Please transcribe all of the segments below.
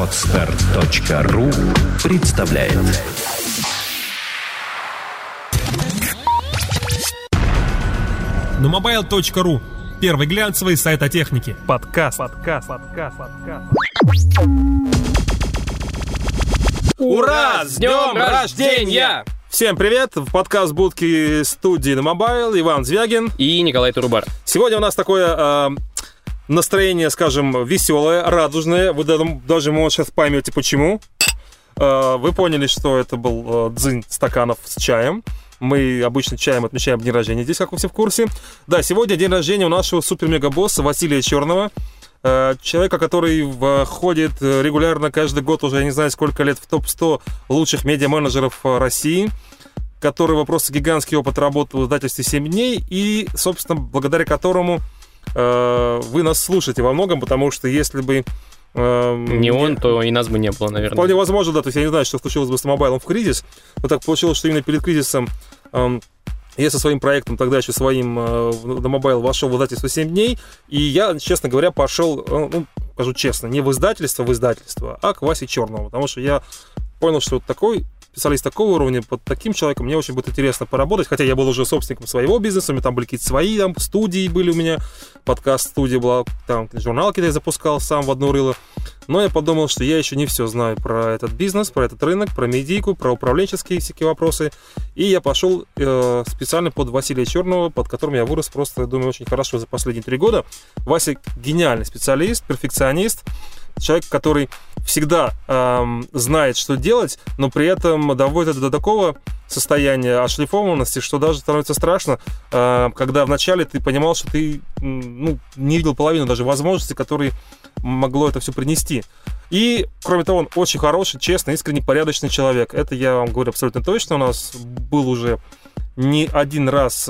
Podster.ru представляет. Numobile.ru. Первый глянцевый сайт о технике. Подкаст. Ура! С днем рождения! Всем привет! В подкаст будки студии Numobile Иван Звягин и Николай Турубар. Сегодня у нас такое настроение, скажем, веселое, радужное. Вы даже, может, сейчас поймете, почему. Вы поняли, что это был дзынь стаканов с чаем. Мы обычно чаем отмечаем день рождения здесь, как вы все в курсе. Да, сегодня день рождения у нашего супер-мега-босса Василия Черного. Человека, который входит регулярно каждый год, уже я не знаю сколько лет, в топ-100 лучших медиа-менеджеров России, которого просто гигантский опыт работы в издательстве «7 дней», и, собственно, благодаря которому вы нас слушаете во многом, потому что если бы... не он, то и нас бы не было, наверное. Вполне возможно, да, то есть я не знаю, что случилось бы с Numobile в кризис, но так получилось, что именно перед кризисом я со своим проектом, тогда еще своим Numobile, вошел в издательство «7 дней», и я, честно говоря, пошел, скажу честно, не в издательство, а к Васе Черному, потому что я понял, что такой специалист такого уровня, под таким человеком мне очень будет интересно поработать, хотя я был уже собственником своего бизнеса, у меня там были какие-то свои там студии были у меня, подкаст-студия была, там журнал какие-то я запускал сам в одно рыло, но я подумал, что я еще не все знаю про этот бизнес, про этот рынок, про медийку, про управленческие всякие вопросы, и я пошел специально под Василия Черного, под которым я вырос просто, думаю, очень хорошо за последние 3 года. Вася гениальный специалист, перфекционист, человек, который всегда знает, что делать, но при этом доводит это до такого состояния отшлифованности, что даже становится страшно, когда вначале ты понимал, что ты не видел половину даже возможностей, которые могло это все принести. И, кроме того, он очень хороший, честный, искренне порядочный человек. Это я вам говорю абсолютно точно. У нас был уже не один раз...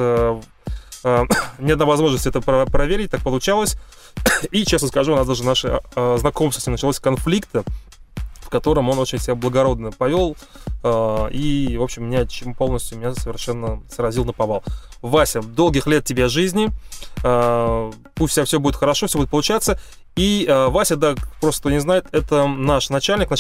ни одна возможность это проверить, так получалось. И, честно скажу, у нас даже наше знакомство с ним началось с конфликта, в котором он очень себя благородно повел. И, в общем, меня совершенно сразил наповал. Вася, долгих лет тебе жизни. Пусть все будет хорошо, все будет получаться. И Вася, да, просто кто не знает, это наш начальник.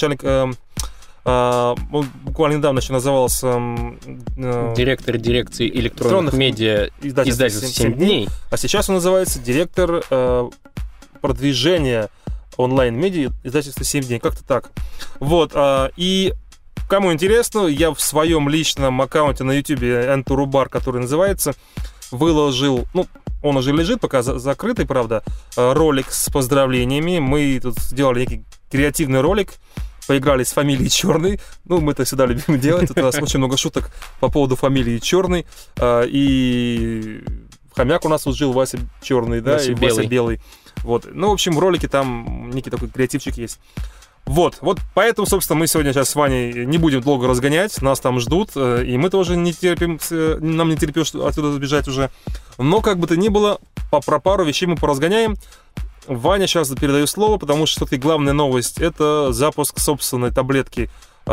Он буквально недавно еще назывался директор дирекции электронных медиа издательства «7 дней». А сейчас он называется директор продвижения онлайн-медиа издательства «7 дней». Как-то так. Вот. И кому интересно, я в своем личном аккаунте на YouTube Турубар, который называется, выложил, он уже лежит, пока закрытый, правда, ролик с поздравлениями. Мы тут сделали некий креативный ролик, поиграли с фамилией Черный. Мы это всегда любим делать. Тут у нас очень много шуток по поводу фамилии Черный. И хомяк у нас тут жил, Вася Черный, да, и Вася Белый. Вот. В общем, в ролике там некий такой креативчик есть. Вот поэтому, собственно, мы сегодня сейчас с Ваней не будем долго разгонять, нас там ждут, и мы тоже не терпим, нам не терпишь отсюда сбежать уже. Но как бы то ни было, про пару вещей мы поразгоняем. Ваня, сейчас передаю слово, потому что все-таки главная новость — это запуск собственной таблетки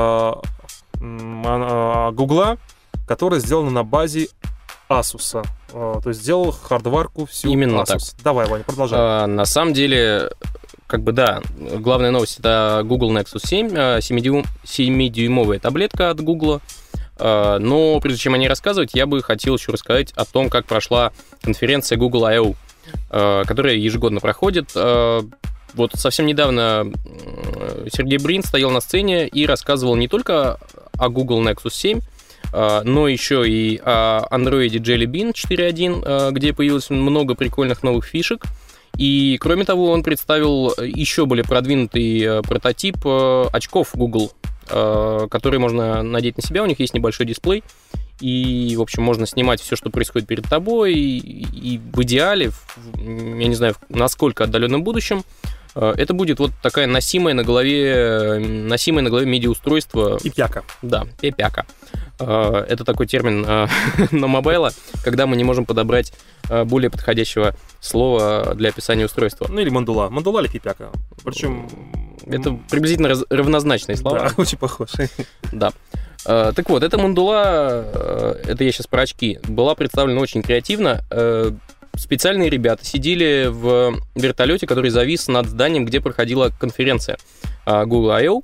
Гугла, которая сделана на базе Asus. То есть сделал хардварку всю именно Asus. Так. Давай, Ваня, продолжай. На самом деле, главная новость — это Google Nexus 7, 7-дюймовая таблетка от Google. Но прежде чем о ней рассказывать, я бы хотел еще рассказать о том, как прошла конференция Google I.O., которая ежегодно проходит. Вот совсем недавно Сергей Брин стоял на сцене и рассказывал не только о Google Nexus 7, но еще и о Android Jelly Bean 4.1, где появилось много прикольных новых фишек. И, кроме того, он представил еще более продвинутый прототип очков Google, которые можно надеть на себя. У них есть небольшой дисплей. И, в общем, можно снимать все, что происходит перед тобой. И в идеале, я не знаю, в насколько отдаленном будущем, это будет вот такая носимое на голове медиаустройство. Пипяка. Да, пипяка. Это такой термин Numobile, когда мы не можем подобрать более подходящего слова для описания устройства. Или мандула. Мандула или пипяка. Причем... Это приблизительно равнозначные слова. Да, очень похожи. Да. Так вот, эта мандула, это я сейчас про очки, была представлена очень креативно. специальные ребята сидели в вертолете, который завис над зданием, где проходила конференция Google I.O.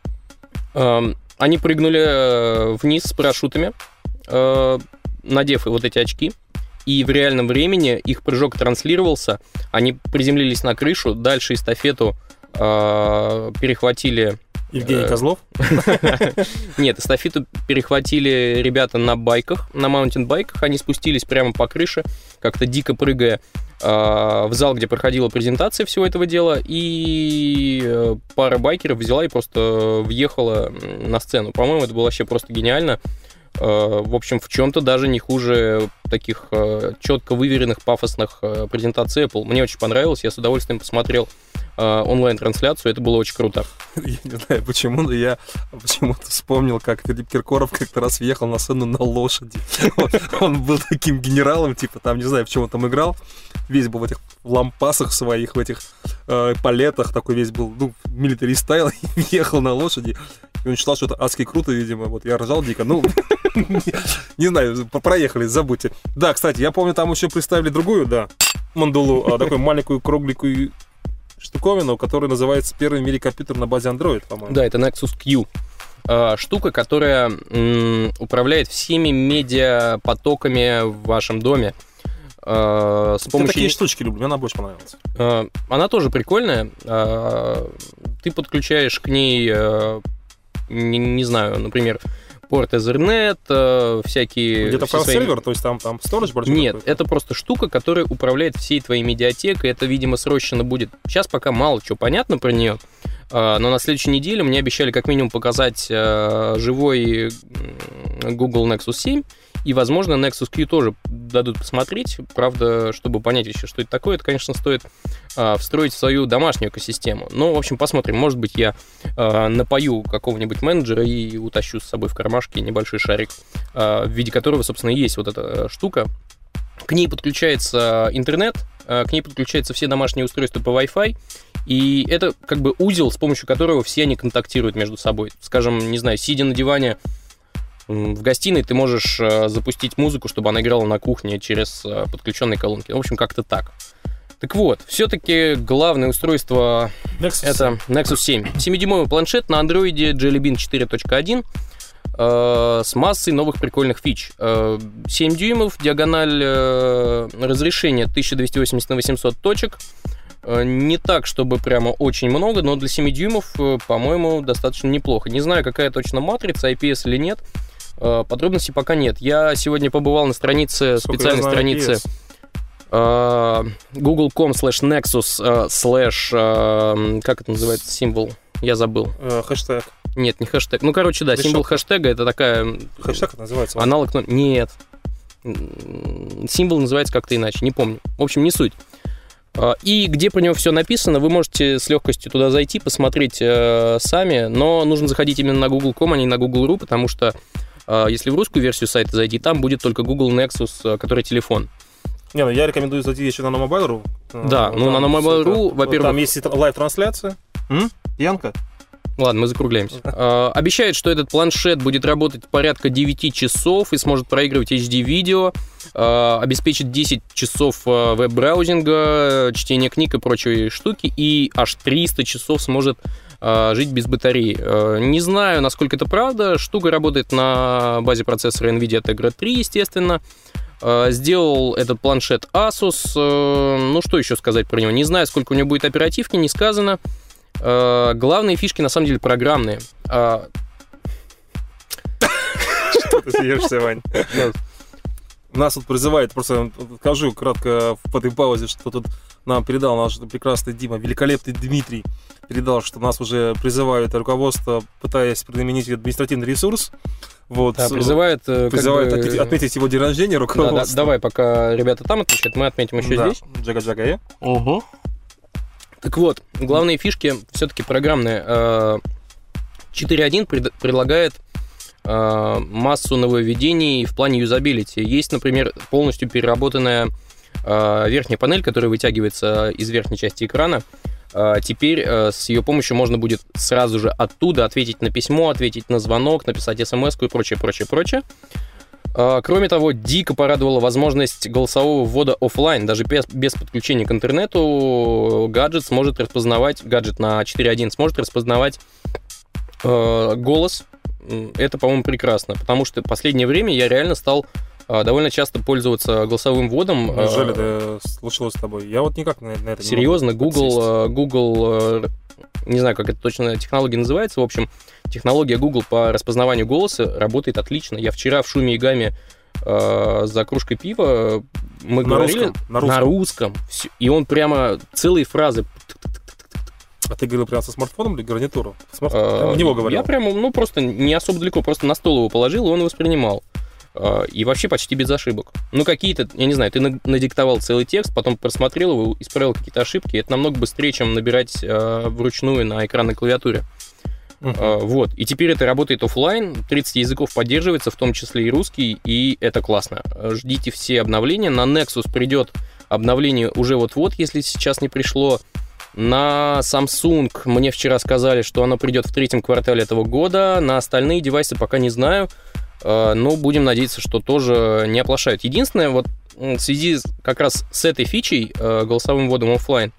Они прыгнули вниз с парашютами, надев вот эти очки, и в реальном времени их прыжок транслировался. Они приземлились на крышу, дальше эстафету перехватили... Евгений Козлов? Нет, эстафету перехватили ребята на байках, на маунтинбайках. Они спустились прямо по крыше, как-то дико прыгая в зал, где проходила презентация всего этого дела. И пара байкеров взяла и просто въехала на сцену. По-моему, это было вообще просто гениально. В общем, в чем-то даже не хуже таких четко выверенных, пафосных презентаций Apple. Мне очень понравилось, я с удовольствием посмотрел онлайн-трансляцию, это было очень круто. Я не знаю почему, но я почему-то вспомнил, как Филипп Киркоров как-то раз въехал на сцену на лошади. Он был таким генералом, типа там, не знаю, в чем он там играл, весь был в этих лампасах своих, в этих палетах, такой весь был, ну, милитари стайл, и въехал на лошади. И он считал, что это адски круто, видимо. Вот я ржал дико. Ну, не знаю, проехали, забудьте. Да, кстати, я помню, там еще представили другую, да, мандулу, такую маленькую кругленькую штуковину, которая называется первый в мире компьютер на базе Android, по-моему. Да, это Nexus Q. Штука, которая управляет всеми медиапотоками в вашем доме. Я такие штучки люблю, мне она больше понравилась. Она тоже прикольная. Ты подключаешь к ней, не знаю, например, порт Ethernet, всякие... Где-то файл-сервер, то есть там storage большой? Нет, это просто штука, которая управляет всей твоей медиатекой. Это, видимо, срочно будет. Сейчас пока мало чего понятно про нее, но на следующей неделе мне обещали как минимум показать живой Google Nexus 7, и, возможно, Nexus Q тоже дадут посмотреть. Правда, чтобы понять еще, что это такое, это, конечно, стоит встроить в свою домашнюю экосистему. Но, в общем, посмотрим. Может быть, я напою какого-нибудь менеджера и утащу с собой в кармашке небольшой шарик, в виде которого, собственно, и есть вот эта штука. К ней подключается интернет, к ней подключаются все домашние устройства по Wi-Fi, и это как бы узел, с помощью которого все они контактируют между собой. Скажем, не знаю, сидя на диване в гостиной, ты можешь запустить музыку, чтобы она играла на кухне через подключенные колонки. В общем, как-то так. Так вот, все-таки главное устройство это Nexus 7. 7-дюймовый планшет на Android Jelly Bean 4.1 с массой новых прикольных фич. 7 дюймов, диагональ разрешения 1280 на 800 точек. Не так, чтобы прямо очень много, но для 7 дюймов, по-моему, достаточно неплохо. Не знаю, какая точно матрица, IPS или нет. Подробностей пока нет. Я сегодня побывал на странице, специальной странице google.com/nexus/ как это называется, символ? Я забыл. Хэштег. Нет, не хэштег. Ну, короче, да, символ хэштега, это такая... Хэштег это называется? Аналог... Нет. Символ называется как-то иначе, не помню. В общем, не суть. И где про него все написано, вы можете с легкостью туда зайти, посмотреть сами, но нужно заходить именно на google.com, а не на Google.ru, потому что если в русскую версию сайта зайти, там будет только Google Nexus, который телефон. Не, ну я рекомендую зайти еще на Mobile.ru. Да, ну на Mobile.ru, во-первых... Там есть лайв-трансляция. Янка? Ладно, мы закругляемся. Обещают, что этот планшет будет работать порядка 9 часов и сможет проигрывать HD-видео, обеспечит 10 часов веб-браузинга, чтения книг и прочие штуки, и аж 300 часов сможет жить без батареи. Не знаю, насколько это правда. Штука работает на базе процессора NVIDIA Tegra 3, естественно. Сделал этот планшет Asus. Ну, что еще сказать про него? Не знаю, сколько у него будет оперативки, не сказано. Главные фишки, на самом деле, программные. Что ты смеешься, Вань? Нас тут призывает, просто скажу кратко в этой паузе, что тут нам передал наш прекрасный Дима, великолепный Дмитрий, передал, что нас уже призывают руководство, пытаясь применить административный ресурс. Вот, да, призывает отметить его день рождения руководство. Да, давай, пока ребята там отмечают, мы отметим еще здесь. Джага-джага. Угу. Так вот, главные фишки все-таки программные. 4.1 предлагает массу нововведений в плане юзабилити. Есть, например, полностью переработанная верхняя панель, которая вытягивается из верхней части экрана. Теперь с ее помощью можно будет сразу же оттуда ответить на письмо, ответить на звонок, написать смс-ку и прочее. Кроме того, дико порадовала возможность голосового ввода офлайн. Даже без подключения к интернету гаджет на 4.1 сможет распознавать голос. Это, по-моему, прекрасно, потому что в последнее время я реально стал довольно часто пользоваться голосовым вводом. Неужели это случилось с тобой? Я вот никак на это серьезно, не могу. Google, не знаю, как это точно технология называется, в общем, технология Google по распознаванию голоса работает отлично. Я вчера в шуме и гаме за кружкой пива мы говорили на русском. И он прямо целые фразы. А ты говорил прямо со смартфоном или гарнитуру? В него говорил? Я прямо, просто не особо далеко, просто на стол его положил, и он воспринимал. И вообще почти без ошибок. Какие-то, я не знаю, ты надиктовал целый текст, потом просмотрел его, исправил какие-то ошибки. Это намного быстрее, чем набирать вручную на экранной клавиатуре. Вот. И теперь это работает офлайн, 30 языков поддерживается, в том числе и русский, и это классно. Ждите все обновления. На Nexus придет обновление уже вот-вот, если сейчас не пришло. На Samsung мне вчера сказали, что оно придет в 3-м квартале этого года. На остальные девайсы пока не знаю, но будем надеяться, что тоже не оплошают. Единственное, вот в связи как раз с этой фичей, голосовым вводом офлайн,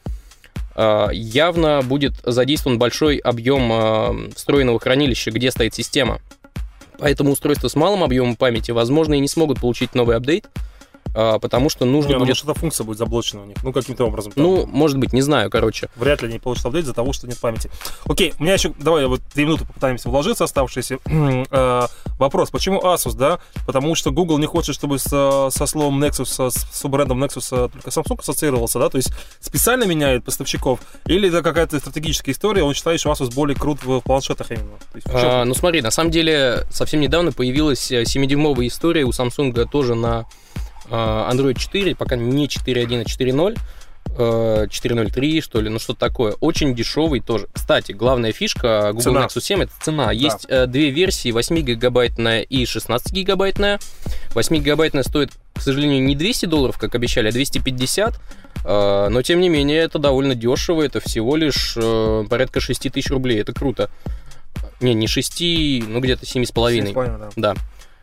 явно будет задействован большой объем встроенного хранилища, где стоит система. Поэтому устройства с малым объемом памяти, возможно, и не смогут получить новый апдейт, потому что нужно будет... Может, эта функция будет заблочена у них, каким-то образом. Может быть, не знаю, Вряд ли они получат апдейт из-за того, что нет памяти. Окей, у меня еще, давай 2 минуты попытаемся вложиться, оставшиеся. Вопрос, почему Asus, да? Потому что Google не хочет, чтобы со словом Nexus, с брендом Nexus только Samsung ассоциировался, да? То есть специально меняет поставщиков? Или это какая-то стратегическая история, он считает, что Asus более крут в планшетах именно? Смотри, на самом деле, совсем недавно появилась 7-дюймовая история у Samsung тоже на Android 4, пока не 4.1, а 4.0, 4.03, что ли, что-то такое. Очень дешевый тоже. Кстати, главная фишка Google Nexus 7 — это цена. Да. Есть 2 версии, 8-гигабайтная и 16-гигабайтная. 8-гигабайтная стоит, к сожалению, не $200, как обещали, а 250. Но, тем не менее, это довольно дешево. Это всего лишь порядка 6 тысяч рублей. Это круто. Не 6, где-то 7,5. Да.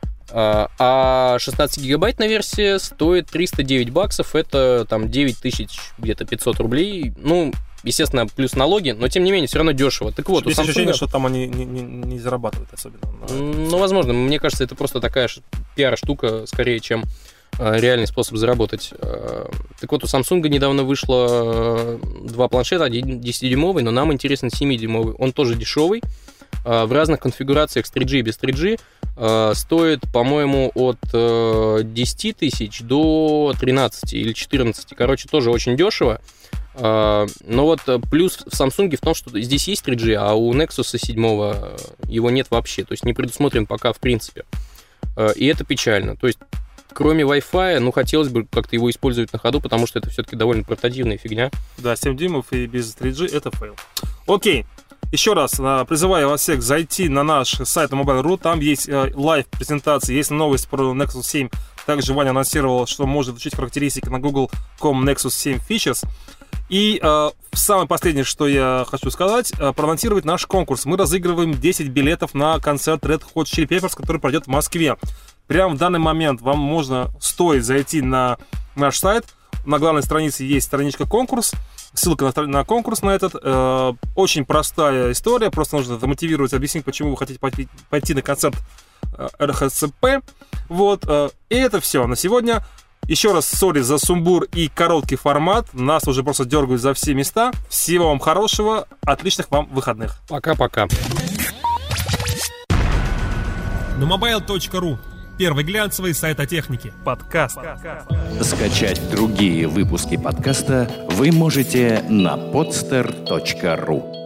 А 16-гигабайтная версия стоит $309, это там 9500 рублей. Естественно, плюс налоги, но тем не менее, все равно дешево. Так вот, есть ощущение, что там они не зарабатывают особенно. Возможно, мне кажется, это просто такая пиар-штука, скорее, чем реальный способ заработать. Так вот, у Samsung недавно вышло 2 планшета, один 10-дюймовый, но нам интересен 7-дюймовый. Он тоже дешевый. В разных конфигурациях с 3G и без 3G стоит, по-моему, от 10 тысяч до 13 или 14. Короче, тоже очень дешево. Но вот плюс в Samsung в том, что здесь есть 3G, а у Nexus 7 его нет вообще. То есть не предусмотрен пока в принципе. И это печально. То есть кроме Wi-Fi, хотелось бы как-то его использовать на ходу, потому что это все-таки довольно портативная фигня. Да, 7 дюймов и без 3G это фейл. Окей. Еще раз призываю вас всех зайти на наш сайт Mobile.ru. Там есть лайв-презентации, есть новость про Nexus 7. Также Ваня анонсировал, что может изучить характеристики на google.com Nexus 7 Features. И самое последнее, что я хочу сказать, проанонсировать наш конкурс. Мы разыгрываем 10 билетов на концерт Red Hot Chili Peppers, который пройдет в Москве. Прямо в данный момент вам стоит зайти на наш сайт. На главной странице есть страничка «Конкурс». Ссылка на конкурс на этот. Очень простая история. Просто нужно замотивировать, объяснить, почему вы хотите пойти на концерт РХЦП. Вот. И это все на сегодня. Еще раз сори за сумбур и короткий формат. Нас уже просто дергают за все места. Всего вам хорошего. Отличных вам выходных. Пока-пока. На mobile.ru. Первый глянцевый сайт о технике. Подкаст. Скачать другие выпуски подкаста вы можете на podster.ru.